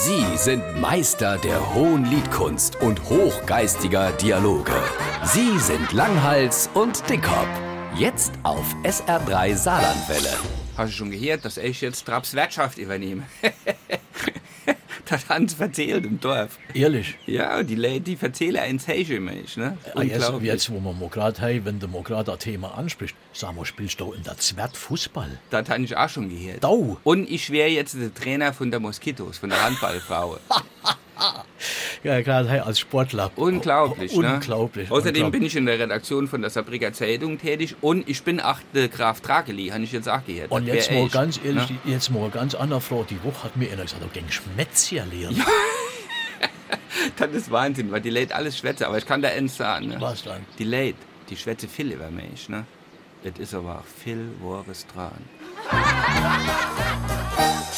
Sie sind Meister der hohen Liedkunst und hochgeistiger Dialoge. Sie sind Langhals und Dickhop. Jetzt auf SR3 Saarlandwelle. Hast du schon gehört, dass ich jetzt Traps Wirtschaft übernehme? Das haben sie erzählt im Dorf. Ehrlich? Ja, die Leute, die erzählen ins Heche mich, ne? Jetzt, wo man mal gerade, wenn du mal gerade das Thema ansprichst, sag mal, spielst du in der Zwert Fußball? Das habe ich auch schon gehört. Dau. Und ich wäre jetzt der Trainer von der Moskitos, von der Handballfrau. Ja, gerade als Sportler. Unglaublich, ne? Unglaublich. Außerdem bin ich in der Redaktion von der Saarbrücker Zeitung tätig und ich bin auch der Graf Drageli, habe ich jetzt auch gehört. Und jetzt mal ganz ehrlich, ne? jetzt mal ganz andere Frau. Die Woche hat mir einer gesagt, du gehst Schmätzchen lernen. Ja. Das ist Wahnsinn, weil die Leute alles schwätzen, aber ich kann da eins sagen. Ne? Was dann? Die Leute, die schwätzen viel über mich, ne? Das ist aber auch viel Wahres dran.